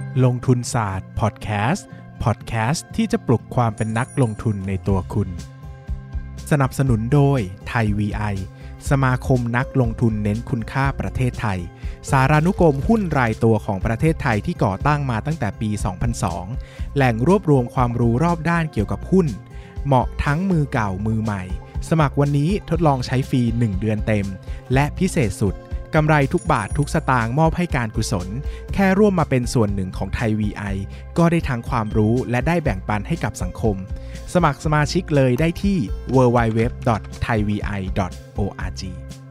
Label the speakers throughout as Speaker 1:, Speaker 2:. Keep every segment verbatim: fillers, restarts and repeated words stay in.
Speaker 1: ลงทุนศาสตร์พอดแคสต์พอดแคสต์ที่จะปลุกความเป็นนักลงทุนในตัวคุณสนับสนุนโดยไทย วี ไอ สมาคมนักลงทุนเน้นคุณค่าประเทศไทยสารานุกรมหุ้นรายตัวของประเทศไทยที่ก่อตั้งมาตั้งแต่ปี สองพันสอง แหล่งรวบรวมความรู้รอบด้านเกี่ยวกับหุ้นเหมาะทั้งมือเก่ามือใหม่สมัครวันนี้ทดลองใช้ฟรีหนึ่งเดือนเต็มและพิเศษสุดกำไรทุกบาททุกสตางค์มอบให้การกุศลแค่ร่วมมาเป็นส่วนหนึ่งของไทย วี ไอ ก็ได้ทั้งความรู้และได้แบ่งปันให้กับสังคมสมัครสมาชิกเลยได้ที่ ดับเบิลยู ดับเบิลยู ดับเบิลยู ดอท ไทยวีไอ ดอท โอ อาร์ จี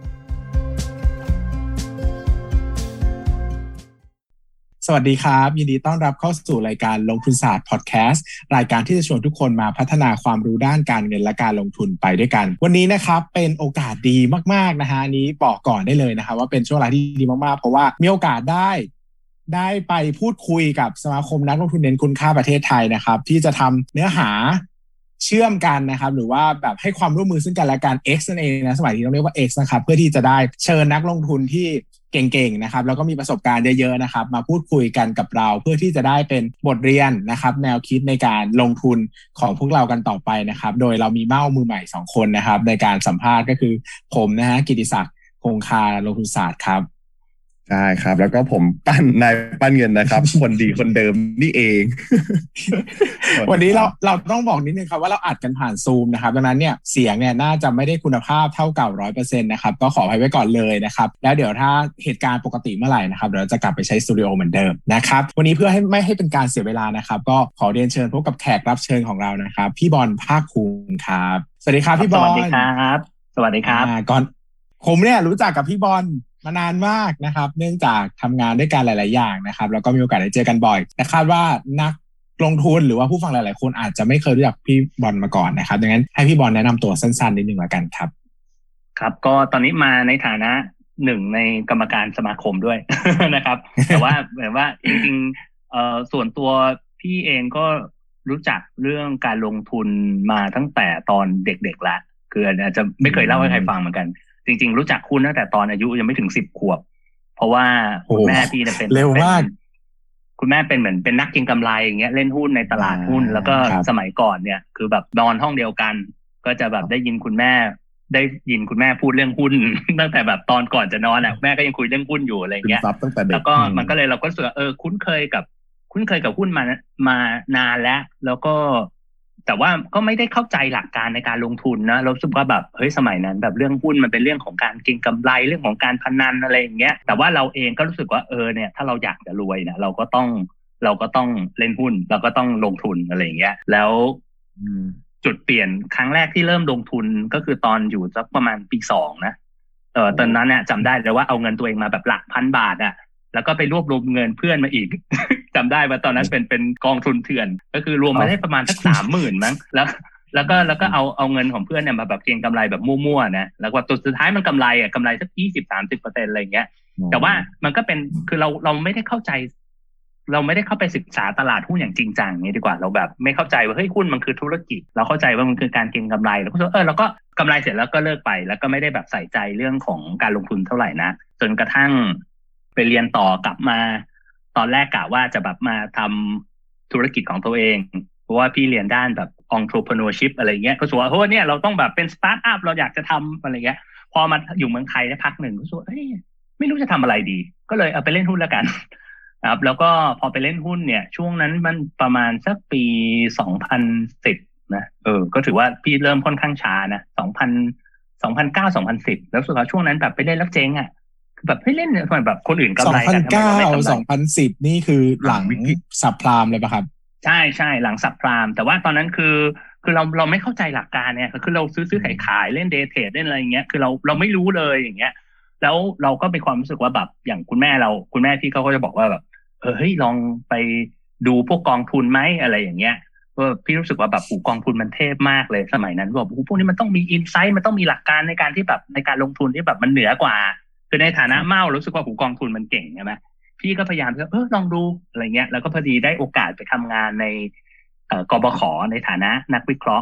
Speaker 2: สวัสดีครับยินดีต้อนรับเข้าสู่รายการลงทุนศาสตร์พอดแคสต์รายการที่จะชวนทุกคนมาพัฒนาความรู้ด้านการเงินและการลงทุนไปด้วยกันวันนี้นะครับเป็นโอกาสดีมากๆนะฮะนี้บอกก่อนได้เลยนะครับว่าเป็นช่วงเวลาที่ดีมากๆเพราะว่ามีโอกาสได้ได้ไปพูดคุยกับสมาคมนักลงทุนเน้นคุณค่าประเทศไทยนะครับที่จะทำเนื้อหาเชื่อมกันนะครับหรือว่าแบบให้ความร่วมมือซึ่งกันและกัน X นั่นเองนะสมัยนี้ต้องเรียกว่า X นะครับเพื่อที่จะได้เชิญนักลงทุนที่เก่งๆนะครับแล้วก็มีประสบการณ์เยอะๆนะครับมาพูดคุยกันกับเราเพื่อที่จะได้เป็นบทเรียนนะครับแนวคิดในการลงทุนของพวกเรากันต่อไปนะครับโดยเรามีเม้ามือใหม่สองคนนะครับในการสัมภาษณ์ก็คือผมนะฮะกิติศักดิ์คงคาลงทุนศาสตร์ครับ
Speaker 3: ใช่ครับแล้วก็ผมปั้นนายปั้นเงินนะครับ คนดีคนเดิมนี่เอง
Speaker 2: วันนี้เราเราต้องบอกนิดนึงครับว่าเราอัดกันผ่านซูมนะครับดังนั้นเนี่ยเสียงเนี่ยน่าจะไม่ได้คุณภาพเท่าเก่า ร้อยเปอร์เซ็นต์ นะครับก็ขออภัยไว้ก่อนเลยนะครับแล้วเดี๋ยวถ้าเหตุการณ์ปกติเมื่อไหร่นะครับเดี๋ยวเราจะกลับไปใช้สตูดิโอเหมือนเดิมนะครับวันนี้เพื่อให้ไม่ให้เป็นการเสียเวลานะครับก็ขอเรียนเชิญพบกับแขกรับเชิญของเรานะครับพี่บอลภาคภูมิครับสวัสดีครับพี่บอล
Speaker 4: สวัสดีครับสวัสดีครับ
Speaker 2: ก่อนผมเนี่ยรู้จักกับพี่บอลมานานมากนะครับเนื่องจากทำงานด้วยกันหลายๆอย่างนะครับแล้วก็มีโอกาสได้เจอกันบ่อยแต่คาดว่านักลงทุนหรือว่าผู้ฟังหลายๆคนอาจจะไม่เคยรู้จักพี่บอลมาก่อนนะครับดังนั้นให้พี่บอลแนะนำตัวสั้นๆนิดนึงละกันครับ
Speaker 4: ครับก็ตอนนี้มาในฐานะหนึ่งในกรรมการสมาคมด้วย นะครับ แต่ว่าแบบว่าจริงๆเอ่อส่วนตัวพี่เองก็รู้จักเรื่องการลงทุนมาตั้งแต่ตอนเด็กๆละคืออาจจะไม่เคยเล่าให้ใครฟังเหมือนกันจริงๆรู้จักหุ้นตั้งแต่ตอนอายุยังไม่ถึงสิบขวบเพราะว่าคุณแม่พี่เนี่ยเป็น
Speaker 2: เร็วมาก
Speaker 4: คุณแม่เป็นเหมือนเป็นนักเก็งกำไรอย่างเงี้ยเล่นหุ้นในตลาดหุ้นแล้วก็สมัยก่อนเนี่ยคือแบบนอนห้องเดียวกันก็จะแบบได้ยินคุณแม่ได้ยินคุณแม่พูดเรื่องหุ้น ตั้งแต่แบบตอนก่อนจะนอนอ่ะแม่ก็ยังคุยเรื่องหุ้นอยู่อะไรเงี้ยแล้วก็มันก็เลยเราก็รู้สึกเออคุ้นเคยกับคุ้นเคยกับหุ้นมามานานแล้วแล้วก็แต่ว่าก็ไม่ได้เข้าใจหลักการในการลงทุนนะเราสึกว่าแบบเฮ้ยสมัยนั้นแบบเรื่องหุ้นมันเป็นเรื่องของการเก็งกำไรเรื่องของการพนันอะไรอย่างเงี้ยแต่ว่าเราเองก็รู้สึกว่าเออเนี่ยถ้าเราอยากจะรวยนะเราก็ต้องเราก็ต้องเล่นหุ้นเราก็ต้องลงทุนอะไรอย่างเงี้ยแล้วจุดเปลี่ยนครั้งแรกที่เริ่มลงทุนก็คือตอนอยู่สักประมาณปีสองนะเออตอนนั้นเนี่ยจำได้เลยว่าเอาเงินตัวเองมาแบบหลักพันบาทอะแล้วก็ไปรวบรวมเงินเพื่อนมาอีก จำได้ว่าตอนนั้นเป็นเป็นกองทุนเถื่อนก็คือรวมมาได้ประมาณสักสามหมื่นมั้งแล้วแล้วก็แล้วก็เอาเอาเงินของเพื่อนเนี่ยมาแบบเก็งกำไรแบบมั่วๆนะแล้วก็ตัวสุดท้ายมันกำไรอ่ะกำไรสักยี่สิบสามสิบเปอร์เซ็นต์อะไรอย่างเงี้ยแต่ว่ามันก็เป็นคือเราเราไม่ได้เข้าใจเราไม่ได้เข้าไปศึกษาตลาดหุ้นอย่างจริงจังนี่ดีกว่าเราแบบไม่เข้าใจว่าเฮ้ยหุ้นมันคือธุรกิจเราเข้าใจว่ามันคือการเก็งกำไรแล้วก็เออเราก็กำไรเสร็จแล้วก็เลิกไปแล้วก็ไม่ได้แบบใส่ใจเรื่องของการลงทุนเท่าไหร่นะจนกระทั่งไปเรียนต่อกลับมาตอนแรกกะว่าจะแบบมาทำธุรกิจของตัวเองเพราะว่าพี่เรียนด้านแบบ entrepreneurship อะไรเงี้ยก็รู้สึกว่าเฮ้ยเนี่ยเราต้องแบบเป็นสตาร์ทอัพเราอยากจะทำอะไรเงี้ยพอมาอยู่เมืองไทยได้พักหนึ่งก็รู้สึกว่าเฮ้ยไม่รู้จะทำอะไรดีก็เลยเอาไปเล่นหุ้นแล้วกันครับแล้วก็พอไปเล่นหุ้นเนี่ยช่วงนั้นมันประมาณสักปีสองพันสิบนะเออก็ถือว่าพี่เริ่มค่อนข้างช้านะสองพัน สองพันเก้า สองพันสิบแล้วรู้สึกว่าช่วงนั้นแบบไปเล่นแล้วเจ๊งอ่ะแบบให้เล่นเหมือนแบบคนอื่นกำไรกัน
Speaker 2: สองพันเก้า สองพันสิบนี่คือหลังสับพรามเลยป่ะครับ
Speaker 4: ใช่ใช่หลังสับพรามแต่ว่าตอนนั้นคือคือเราเราไม่เข้าใจหลักการเนี่ยคือเราซื้อซื้อขายขายเล่นเดย์เทรดเล่นอะไรอย่างเงี้ยคือเราเราไม่รู้เลยอย่างเงี้ยแล้วเราก็มีความรู้สึกว่าแบบอย่างคุณแม่เราคุณแม่พี่เขาก็จะบอกว่าแบบเออเฮ้ยลองไปดูพวกกองทุนไหมอะไรอย่างเงี้ยก็พี่รู้สึกว่าแบบกองทุนมันเทพมากเลยสมัยนั้นบอกพวกนี้มันต้องมีอินไซต์มันต้องมีหลักการในการที่แบบในการลงทุนที่แบบมันเหนือกว่าคือในฐานะเมารู้สึกว่าหูกองทุนมันเก่งใช่ไหมพี่ก็พยายามเออลองดูอะไรเงี้ยแล้วก็พอดีได้โอกาสไปทำงานในเอ่อกบข.ในฐานะนักวิเคราะห์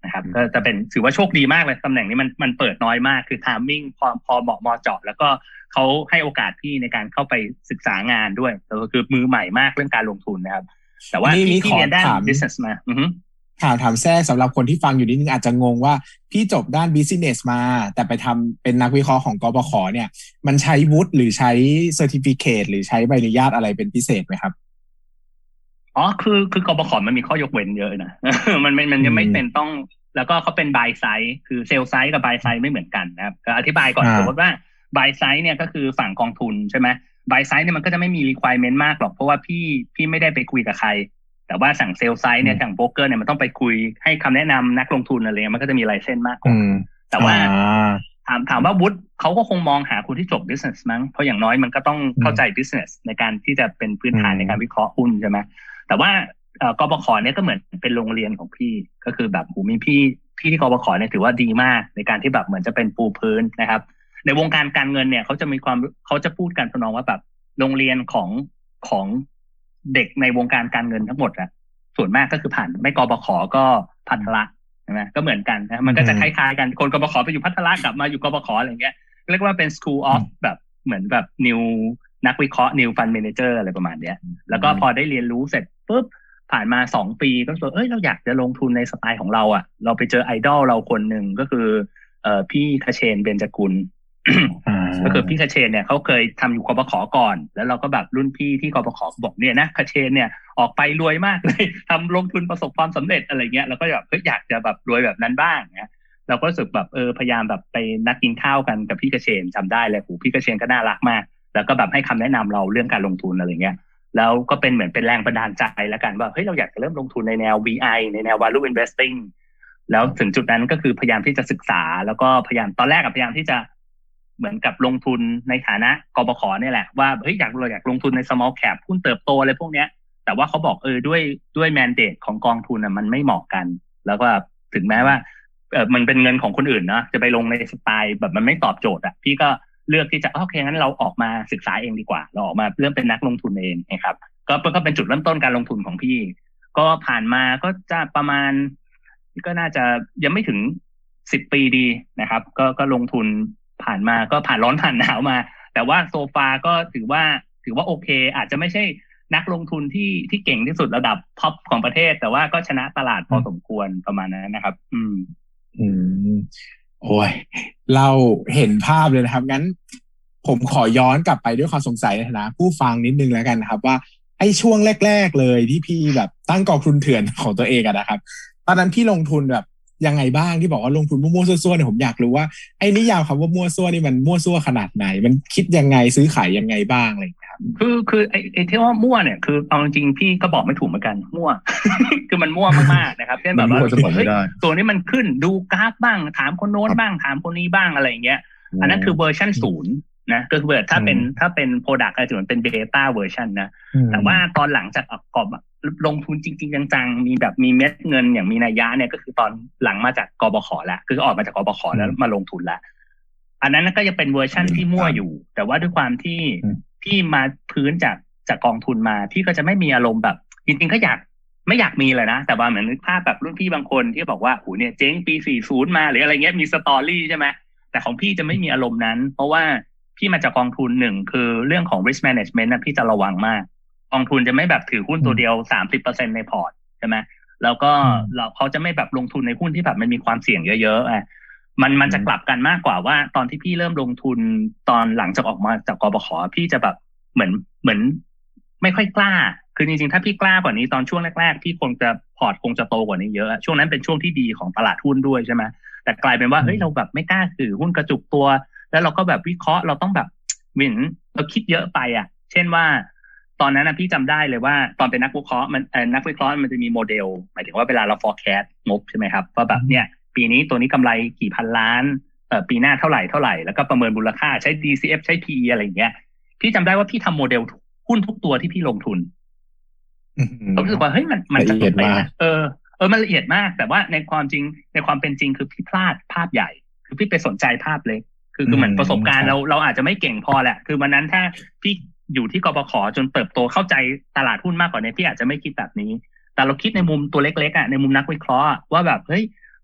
Speaker 4: นะครับก็จะเป็นถือว่าโชคดีมากเลยตำแหน่งนี้มันมันเปิดน้อยมากคือ timing พอพอเหมาะเหมาะเจาะแล้วก็เขาให้โอกาสพี่ในการเข้าไปศึกษางานด้วยก็คือมือใหม่มากเรื่องการลงทุนนะครับแต่ว่าพี่ที่เรียนด้าน business มาอือฮึ
Speaker 2: ถามถามแทรกสำหรับคนที่ฟังอยู่นิดนึงอาจจะงงว่าพี่จบด้าน business มาแต่ไปทำเป็นนักวิเคราะห์ของกปขเนี่ยมันใช้วุฒิหรือใช้ certificate หรือใช้ใบอนุญาตอะไรเป็นพิเศษไหมครับ
Speaker 4: อ๋อคือคือกปขมันมีข้อยกเว้นเยอะนะ มันมันมันยังไม่เป็นต้องแล้วก็เขาเป็น buy side คือ sell side กับ buy side ไม่เหมือนกันนะครับก็อธิบายก่อนสมมติว่า buy side เนี่ยก็คือฝั่งกองทุนใช่ไหม buy side เนี่ยมันก็จะไม่มี requirement มากหรอกเพราะว่าพี่พี่ไม่ได้ไปคุยกับใครแต่ว่าสั่ง sell side เนี่ยสั่งโบรกเกอร์เนี่ยมันต้องไปคุยให้คำแนะนำนักลงทุนอะไรเงี้ยมันก็จะมีไลเซนส์มากกว่าแต่ว่าถามถามว่าวุฒิเขาก็คงมองหาคนที่จบ business มั้งเพราะอย่างน้อยมันก็ต้องเข้าใจ business ในการที่จะเป็นพื้นฐานในการวิเคราะห์หุ้นใช่ไหมแต่ว่ากปขเนี่ยก็เหมือนเป็นโรงเรียนของพี่ก็คือแบบหูมีพี่พี่ที่กปขเนี่ยถือว่าดีมากในการที่แบบเหมือนจะเป็นปูพื้นนะครับในวงการการเงินเนี่ยเขาจะมีความเขาจะพูดกันทำนองว่าแบบโรงเรียนของของเด็กในวงการการเงินทั้งหมดอะส่วนมากก็คือผ่านไม่กปขก็พัฒละใช่ไหมก็เหมือนกันนะมันก็จะคล้ายๆกันคนกปขไปอยู่พัฒละกลับมาอยู่กปขอะไรเงี้ยเรียกว่าเป็น school of แบบเหมือนแบบ new นักวิเคราะห์ new fund manager อะไรประมาณเนี้ยแล้วก็พอได้เรียนรู้เสร็จปุ๊บผ่านมาสองปีก็รู้สึกเอ้ยเราอยากจะลงทุนในสไตล์ของเราอ่ะเราไปเจอไอดอลเราคนหนึ่งก็คือเอ่อพี่คเชนเบญจกุล ก็คือพี่คเชนเนี่ยเขาเคยทำอยู่กปขก่อนแล้วเราก็แบบรุ่นพี่ที่กปขบอกเนี่ยนะคเชนเนี่ยออกไปรวยมากเลยทำลงทุนประสบความสำเร็จอะไรเงี้ยเราก็แบบเฮ้ยอยากจะแบบรวยแบบนั้นบ้างเนี่ยเราก็รู้สึกแบบเออพยายามแบบไปนัดกินข้าวกันกับพี่คเชนจำได้เลยโหพี่คเชนก็น่ารักมากแล้วก็แบบให้คำแนะนำเราเรื่องการลงทุนอะไรเงี้ยแล้วก็เป็นเหมือนเป็นแรงบันดาลใจแล้วกันว่าเฮ้ยเราอยากจะเริ่มลงทุนในแนว วี ไอ ในแนว value investing แล้วถึงจุดนั้นก็คือพยายามที่จะศึกษาแล้วก็พยายามตอนแรกกับพยายามที่จะเหมือนกับลงทุนในฐานะกปขเนี่ยแหละว่าเฮ้ยอยากเราอยากลงทุนใน small cap หุ้นเติบโตอะไรพวกเนี้ยแต่ว่าเขาบอกเออด้วยด้วย mandate ของกองทุนอ่ะมันไม่เหมาะกันแล้วก็ถึงแม้ว่าเออมันเป็นเงินของคนอื่นนะจะไปลงในสไตล์แบบมันไม่ตอบโจทย์อ่ะพี่ก็เลือกที่จะโอเคงั้นเราออกมาศึกษาเองดีกว่าเราออกมาเริ่มเป็นนักลงทุนเองนะครับก็ก็เป็นจุดเริ่มต้นการลงทุนของพี่ก็ผ่านมาก็จะประมาณก็น่าจะยังไม่ถึงสิบปีดีนะครับก็ก็ลงทุนผ่านมาก็ผ่านร้อนผ่านหนาวมาแต่ว่าโซฟาก็ถือว่าถือว่าโอเคอาจจะไม่ใช่นักลงทุนที่ที่เก่งที่สุดระดับท็อปของประเทศแต่ว่าก็ชนะตลาดพอสมควรประมาณนั้นนะครับอืม
Speaker 2: อืมโอ้ยเราเห็นภาพเลยนะครับงั้นผมขอย้อนกลับไปด้วยความสงสัยในฐานะผู้ฟังนิดนึงแล้วกันนะครับว่าไอ้ช่วงแรกๆเลยที่พี่แบบตั้งกองทุนเถื่อนของตัวเองอะนะครับตอนนั้นพี่ลงทุนแบบยังไงบ้างที่บอกว่าลงทุนมั่วๆซั่วๆเนี่ยผมอยากรู้ว่าไอ้นิยามคำว่ามั่วซั่วนี่มันมั่วซั่วขนาดไหนมันคิดยังไงซื้อขายยังไงบ้างอะไรอย่างเงี้ยครับ
Speaker 4: คือคือไอ้ไอ้ที่ว่ามั่วเนี่ยคือเอาจริงๆพี่ก็บอกไม่ถูกเหมือนกันมั่ว คือมันมั่วมากๆนะครับเช่นแบบว่าเฮ้ยตัวนี้มันขึ้นดูกราฟบ้างถามคนโน้นบ้างถามคนนี้บ้างอะไรอย่างเงี้ยอันนั้นคือเวอร์ชันศูนย์นะก็คือถ้าเป็นถ้าเป็น product อาจจะเหมือนเป็น beta version นะแต่ว่าตอนหลังจากออกกอบลงทุนจริงๆจังๆมีแบบมีเม็ดเงินอย่างมีนัยยะเนี่ยก็คือตอนหลังมาจากกบข.แล้วคือออกมาจากกบข.แล้วมาลงทุนแล้วอันนั้นก็จะเป็นเวอร์ชั่นที่มั่วอยู่แต่ว่าด้วยความที่พี่มาพื้นจากจากกองทุนมาพี่ก็จะไม่มีอารมณ์แบบจริงๆก็อยากไม่อยากมีเลยนะแต่ว่าเหมือนภาพแบบรุ่นพี่บางคนที่บอกว่าโหเนี่ยเจ๊งปีสี่สิบมาหรืออะไรเงี้ยมีสตอรี่ใช่ไหมแต่ของพี่จะไม่มีอารมณ์นั้นเพราะว่าพี่มาจากกองทุนหนึ่งคือเรื่องของ risk management นะพี่จะระวังมากกองทุนจะไม่แบบถือหุ้นตัวเดียว สามสิบเปอร์เซ็นต์ ในพอร์ตใช่ไหมแล้วก็เราเขาจะไม่แบบลงทุนในหุ้นที่แบบมันมีความเสี่ยงเยอะๆอ่ะมันมันจะกลับกันมากกว่าว่าตอนที่พี่เริ่มลงทุนตอนหลังจากออกมาจากกบข.พี่จะแบบเหมือนเหมือนไม่ค่อยกล้าคือจริงๆถ้าพี่กล้ากว่านี้ตอนช่วงแรกๆพี่คงจะพอร์ตคงจะโตกว่านี้เยอะช่วงนั้นเป็นช่วงที่ดีของตลาดหุ้นด้วยใช่ไหมแต่กลายเป็นว่าเฮ้ยเราแบบไม่กล้าถือหุ้นกระจุกตัวแล้วเราก็แบบวิเคราะห์เราต้องแบบเหมือนเราคิดเยอะไปอ่ะเช่นว่าตอนนั้นนะพี่จำได้เลยว่าตอนเป็นนักวิเคราะห์มันเอ่อนักวิเคราะห์มันจะมีโมเดลหมายถึงว่าเวลาเรา forecast งบใช่ไหมครับว่าแบบเนี่ยปีนี้ตัวนี้กำไรกี่พันล้านเอ่อปีหน้าเท่าไหร่เท่าไหร่แล้วก็ประเมินมูลค่าใช้ ดี ซี เอฟ ใช้ พี อี อะไรอย่างเงี้ยพี่จำได้ว่าพี่ทำโมเดลหุ้นทุกตัวที่พี่ลงทุนผมรู้สึกว่าเฮ้ยมันมันจะเป็นนะเออเออมันละเอียดมากแต่ว่าในความจริงในความเป็นจริงคือพี่พลาดภาพใหญ่คือพี่ไปสนใจภาพเล็กคือคือเหมือนประสบการณ์เราเราอาจจะไม่เก่งพอแหละคือวันนั้นถ้าพี่อยู่ที่กบข.จนเติบโตเข้าใจตลาดหุ้นมากกว่านี้พี่อาจจะไม่คิดแบบนี้แต่เราคิดในมุมตัวเล็กๆอ่ะในมุมนักวิเคราะห์ว่าแบบเฮ้ย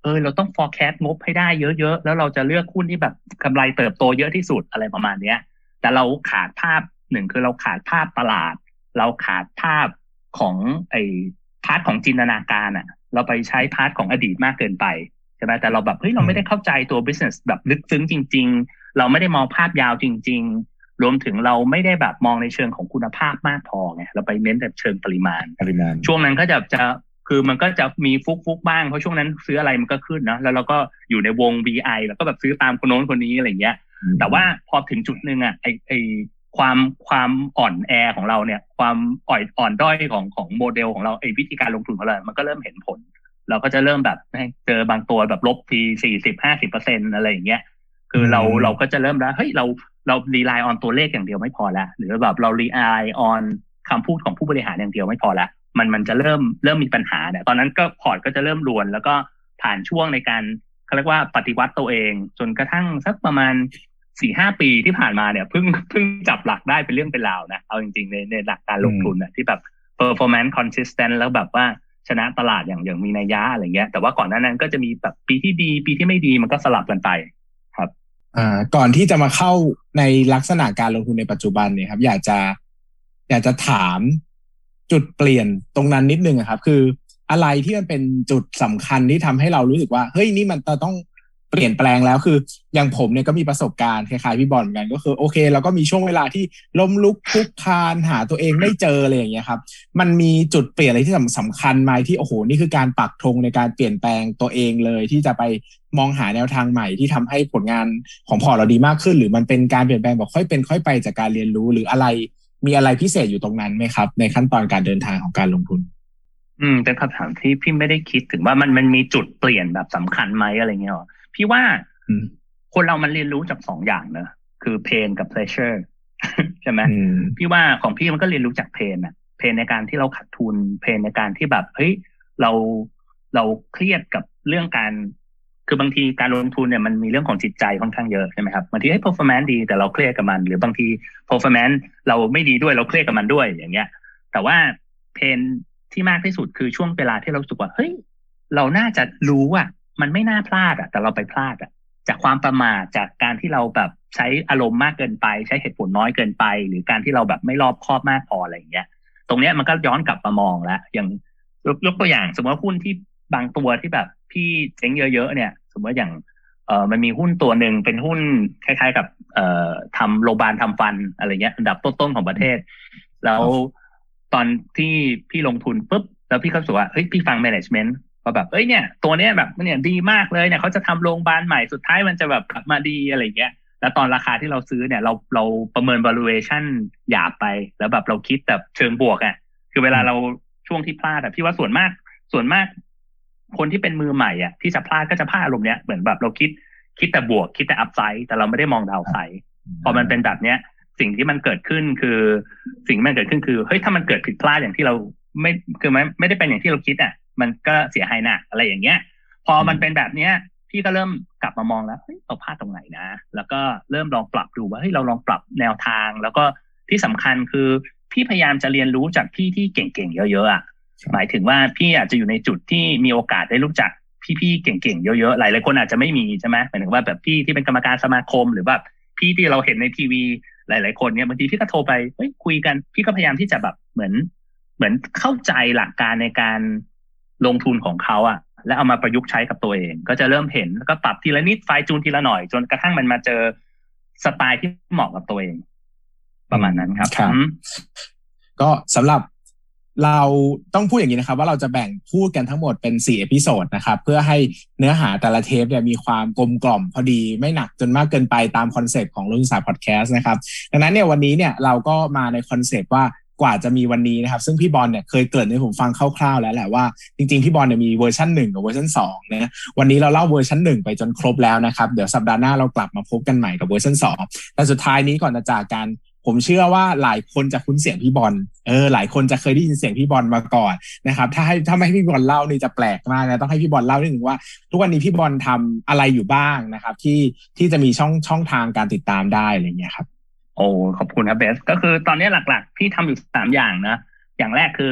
Speaker 4: เออเราต้อง forecast งบให้ได้เยอะๆแล้วเราจะเลือกหุ้นที่แบบกำไรเติบโตเยอะที่สุดอะไรประมาณเนี้ยแต่เราขาดภาพหนึ่งคือเราขาดภาพตลาดเราขาดภาพของไอ้พาร์ทของจินตนาการอ่ะเราไปใช้พาร์ทของอดีตมากเกินไปใช่ไหมแต่เราแบบเฮ้ยเราไม่ได้เข้าใจตัว business แบบลึกซึ้งจริงๆเราไม่ได้มองภาพยาวจริงๆรวมถึงเราไม่ได้แบบมองในเชิงของคุณภาพมากพอไงเราไปเน้นแต่เชิงปริมาณ
Speaker 3: ปริมาณ
Speaker 4: ช่วงนั้นก็จะจะคือมันก็จะมีฟุกฟุกบ้างเพราะช่วงนั้นซื้ออะไรมันก็ขึ้นนะแล้วเราก็อยู่ในวง บี ไอ แล้วก็แบบซื้อตามคนโน้นคนนี้อะไรเงี้ยแต่ว่าพอถึงจุดนึงอ่ะไอไอความความอ่อนแอของเราเนี่ยความอ่อยอ่อนด้อยของของโมเดลของเราไอวิธีการลงทุนของเรามันก็เริ่มเห็นผลเราก็จะเริ่มแบบเจอบางตัวแบบลบทีสี่สิบห้าสิบเปอร์เซ็นต์อะไรอย่างเงี้ยคือเราเราก็จะเริ่มแล้วเฮ้ยเราเรารีไลน์ออนตัวเลขอย่างเดียวไม่พอแล้วหรือแบบเรารีไลน์ออนคำพูดของผู้บริหารอย่างเดียวไม่พอแล้วมันมันจะเริ่มเริ่มมีปัญหาเนี่ยตอนนั้นก็พอร์ตก็จะเริ่มรวนแล้วก็ผ่านช่วงในการเขาเรียกว่าปฏิวัติตัวเองจนกระทั่งสักประมาณสี่ห้าปีที่ผ่านมาเนี่ยเพิ่งเพิ่งจับหลักได้เป็นเรื่องเป็นราวนะเอาจริงๆในในหลักการลงทุนน่ะที่แบบ performance consistent แล้วแบบว่าชนะตลาดอย่างอย่างมีนัยยะอะไรเงี้ยแต่ว่าก่อนหน้านั้นก็จะมีแบบปีที่ดีปีที่ไม่ดีมันก็สลับกันไปครับ
Speaker 2: อ่าก่อนที่จะมาเข้าในลักษณะการลงทุนในปัจจุบันเนี่ยครับอยากจะอยากจะถามจุดเปลี่ยนตรงนั้นนิดนึงครับคืออะไรที่มันเป็นจุดสำคัญที่ทำให้เรารู้สึกว่าเฮ้ยนี่มันต้องเปลี่ยนแปลงแล้วคืออย่างผมเนี่ยก็มีประสบการณ์คล้ายๆพี่บอลเหมือนกันก็คือโอเคเราก็มีช่วงเวลาที่ล้มลุกคลุกคลานหาตัวเองไม่เจออะไรอย่างเงี้ยครับมันมีจุดเปลี่ยนอะไรที่สำคัญไหมที่โอ้โหนี่คือการปักธงในการเปลี่ยนแปลงตัวเองเลยที่จะไปมองหาแนวทางใหม่ที่ทำให้ผลงานของพอร์ตเราดีมากขึ้นหรือมันเป็นการเปลี่ยนแปลงแบบค่อยเป็นค่อยไปจากการเรียนรู้หรืออะไรมีอะไรพิเศษอยู่ตรงนั้นไหมครับในขั้นตอนการเดินทางของการลงทุน
Speaker 4: อืมเป็นคำถามที่พี่ไม่ได้คิดถึงว่ามันมันมีจุดเปลี่ยนแบบสำคัญไหมอะไรเงี้ยพี่ว่าคนเรามันเรียนรู้จากสองอย่างเนอะคือ pain กับ pleasure ใช่ไหมพี่ว่าของพี่มันก็เรียนรู้จาก pain อะ pain ในการที่เราขาดทุน pain ในการที่แบบเฮ้ยเราเราเครียดกับเรื่องการคือบางทีการลงทุนเนี่ยมันมีเรื่องของจิตใจค่อนข้างเยอะใช่ไหมครับบางทีให้ performance ดีแต่เราเครียดกับมันหรือบางที performance เราไม่ดีด้วยเราเครียดกับมันด้วยอย่างเงี้ยแต่ว่า pain ที่มากที่สุดคือช่วงเวลาที่เราสึกว่าเฮ้ยเราน่าจะรู้อ่ะมันไม่น่าพลาดอ่ะแต่เราไปพลาดอ่ะจากความประมาทจากการที่เราแบบใช้อารมณ์มากเกินไปใช้เหตุผลน้อยเกินไปหรือการที่เราแบบไม่รอบคอบมากพออะไรอย่างเงี้ยตรงเนี้ยมันก็ย้อนกลับมามองแล้วอย่างยกตัวอย่างสมมติว่าหุ้นที่บางตัวที่แบบพี่เจ๊งเยอะๆเนี่ยสมมติอย่างเอ่อมันมีหุ้นตัวหนึ่งเป็นหุ้นคล้ายๆกับเอ่อทำโรงพยาบาลทำฟันอะไรเงี้ยอันดับต้นๆของประเทศแล้วตอนที่พี่ลงทุนปุ๊บแล้วพี่ก็รู้สึกว่าเฮ้ยพี่ฟัง management ว่าแบบเอ้ยเนี่ยตัวเนี้ยแบบเนี่ยดีมากเลยเนี่ยเขาจะทำโรงพยาบาลใหม่สุดท้ายมันจะแบบกลับมาดีอะไรเงี้ยแล้วตอนราคาที่เราซื้อเนี่ยเราเราประเมิน valuation หยาบไปแล้วแบบเราคิดแบบเชิงบวกอ่ะคือเวลาเราช่วงที่พลาดอ่ะพี่ว่าส่วนมากส่วนมากคนที่เป็นมือใหม่อ่ะที่จะพลาดก็จะพลาดอารมณ์เนี้ยเหมือนแบบเราคิดคิดแต่บวกคิดแต่อัพไซด์แต่เราไม่ได้มองดาวไซด์พอมันเป็นแบบเนี้ยสิ่งที่มันเกิดขึ้นคือสิ่งที่มันเกิดขึ้นคือเฮ้ยถ้ามันเกิดผิดพลาดอย่างที่เราไม่คือไม่ไม่ได้เป็นอย่างที่เราคิดอ่ะมันก็เสียหายหนักอะไรอย่างเงี้ยพอมันเป็นแบบเนี้ยพี่ก็เริ่มกลับมามองแล้วเฮ้ยเราพลาดตรงไหนนะแล้วก็เริ่มลองปรับดูว่าเฮ้ยเราลองปรับแนวทางแล้วก็ที่สำคัญคือพี่พยายามจะเรียนรู้จากพี่ที่เก่งๆเยอะๆอ่ะหมายถึงว่าพี่อาจจะอยู่ในจุดที่มีโอกาสได้รู้จักพี่ๆเก่งๆเยอะๆหลายๆคนอาจจะไม่มีใช่ไหมหมายถึงว่าแบบพี่ที่เป็นกรรมการสมาคมหรือแบบพี่ที่เราเห็นในทีวีหลายๆคนเนี่ยบางทีพี่ก็โทรไปเฮ้ยคุยกันพี่ก็พยายามที่จะแบบเหมือนเหมือนเข้าใจหลักการในการลงทุนของเขาอ่ะแล้วเอามาประยุกต์ใช้กับตัวเองก็จะเริ่มเห็นแล้วก็ปรับทีละนิดไฟจูนทีละหน่อยจนกระทั่งมันมาเจอสไตล์ที่เหมาะกับตัวเองประมาณนั้นครับ
Speaker 2: ครับก็สำหรับเราต้องพูดอย่างนี้นะครับว่าเราจะแบ่งพูดกันทั้งหมดเป็นสี่เอพิโซดนะครับเพื่อให้เนื้อหาแต่ละเทปเนี่ยมีความกลมกล่อมพอดีไม่หนักจนมากเกินไปตามคอนเซปต์ของรุ่นสายพอดแคสต์นะครับดังนั้นเนี่ยวันนี้เนี่ยเราก็มาในคอนเซปต์ว่ากว่าจะมีวันนี้นะครับซึ่งพี่บอลเนี่ยเคยเกริ่นให้ผมฟังคร่าวๆแล้วแหละว่าจริงๆพี่บอลเนี่ยมีเวอร์ชันหนึ่งกับเวอร์ชันสองนะวันนี้เราเล่าเวอร์ชันหนึ่งไปจนครบแล้วนะครับเดี๋ยวสัปดาห์หน้าเรากลับมาพบกันใหม่กับเวอร์ชันสองแต่สุดท้ายนี้ก่อนจะจากกันผมเชื่อว่าหลายคนจะคุ้นเสียงพี่บอลเออหลายคนจะเคยได้ยินเสียงพี่บอลมาก่อนนะครับถ้าให้ถ้าไม่ให้พี่บอลเล่านี่จะแปลกมากนะต้องให้พี่บอลเล่านิดนึงว่าทุกวันนี้พี่บอลทำอะไรอยู่บ้างนะครับที่ที่จะมีช่องช่องทางการติดตามได้อะไรเงี้ยครับ
Speaker 4: โอ้ขอบคุณครับเบสก็คือตอนนี้หลักๆพี่ทำอยู่สามอย่างนะอย่างแรกคือ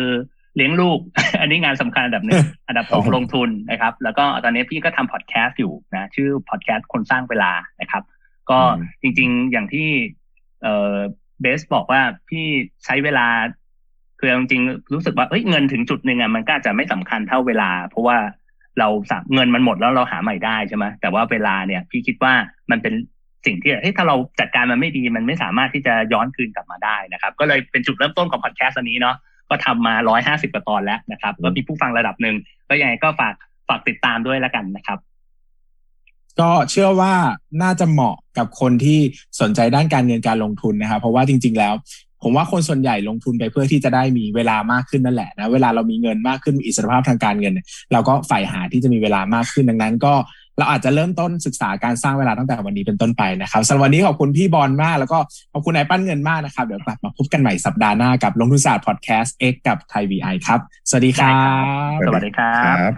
Speaker 4: เลี้ยงลูก อันนี้งานสำคัญอันดับหนึ่ง อันดับสองลงทุนนะครับแล้วก็ตอนนี้พี่ก็ทำพอดแคสต์อยู่นะชื่อพอดแคสต์คนสร้างเวลานะครับก็จริงๆอย่างที่เอ่อเบสบอกว่าพี่ใช้เวลาคือจริงๆรู้สึกว่าเอ้ยเงินถึงจุดนึงอ่ะมันก็อาจจะไม่สำคัญเท่าเวลาเพราะว่าเราเงินมันหมดแล้วเราหาใหม่ได้ใช่ไหมแต่ว่าเวลาเนี่ยพี่คิดว่ามันเป็นสิ่งที่เฮ้ยถ้าเราจัดการมันไม่ดีมันไม่สามารถที่จะย้อนคืนกลับมาได้นะครับก็เลยเป็นจุดเริ่มต้นของพอดแคสต์อันนี้เนาะก็ทำมาหนึ่งร้อยห้าสิบกว่าตอนแล้วนะครับก็มีผู้ฟังระดับหนึ่งก็ยังไงก็ฝากฝากติดตามด้วยแล้วกันนะครับ
Speaker 2: ก็เชื่อว่าน่าจะเหมาะกับคนที่สนใจด้านการเงินการลงทุนนะครับเพราะว่าจริงๆแล้วผมว่าคนส่วนใหญ่ลงทุนไปเพื่อที่จะได้มีเวลามากขึ้นนั่นแหละนะเวลาเรามีเงินมากขึ้นมีอิสรภาพทางการเงินเราก็ใฝ่หาที่จะมีเวลามากขึ้นดังนั้นก็เราอาจจะเริ่มต้นศึกษาการสร้างเวลาตั้งแต่วันนี้เป็นต้นไปนะครับสำหรับวันนี้ขอบคุณพี่บอลมากแล้วก็ขอบคุณนายปั้นเงินมากนะครับเดี๋ยวกลับมาพบกันใหม่สัปดาห์หน้ากับลงทุนศาสตร์พอดแคสต์ X กับไทย วี ไอ ครับสวัสดีครับ
Speaker 4: สวัสดีครับ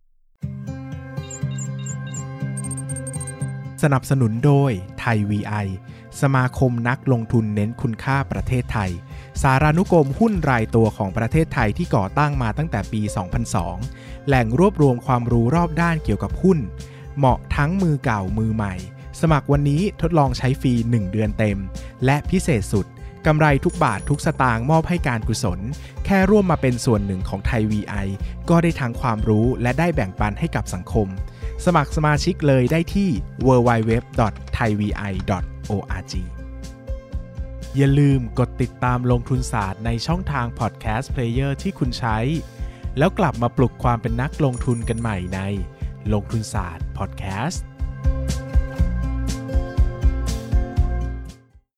Speaker 1: สนับสนุนโดยไทย วี ไอ สมาคมนักลงทุนเน้นคุณค่าประเทศไทยสารานุกรมหุ้นรายตัวของประเทศไทยที่ก่อตั้งมาตั้งแต่ปี สองพันสอง แหล่งรวบรวมความรู้รอบด้านเกี่ยวกับหุ้นเหมาะทั้งมือเก่ามือใหม่สมัครวันนี้ทดลองใช้ฟรีหนึ่งเดือนเต็มและพิเศษสุดกำไรทุกบาททุกสตางค์มอบให้การกุศลแค่ร่วมมาเป็นส่วนหนึ่งของไทย วี ไอ ก็ได้ทั้งความรู้และได้แบ่งปันให้กับสังคมสมัครสมาชิกเลยได้ที่ ดับเบิลยู ดับเบิลยู ดับเบิลยู ดอท ไทย วี ไอ ดอท โอ อาร์ จี อย่าลืมกดติดตามลงทุนศาสตร์ในช่องทางพอดแคสต์เพลเยอร์ที่คุณใช้แล้วกลับมาปลุกความเป็นนักลงทุนกันใหม่ในลงทุนศาสตร์พอดแคสต์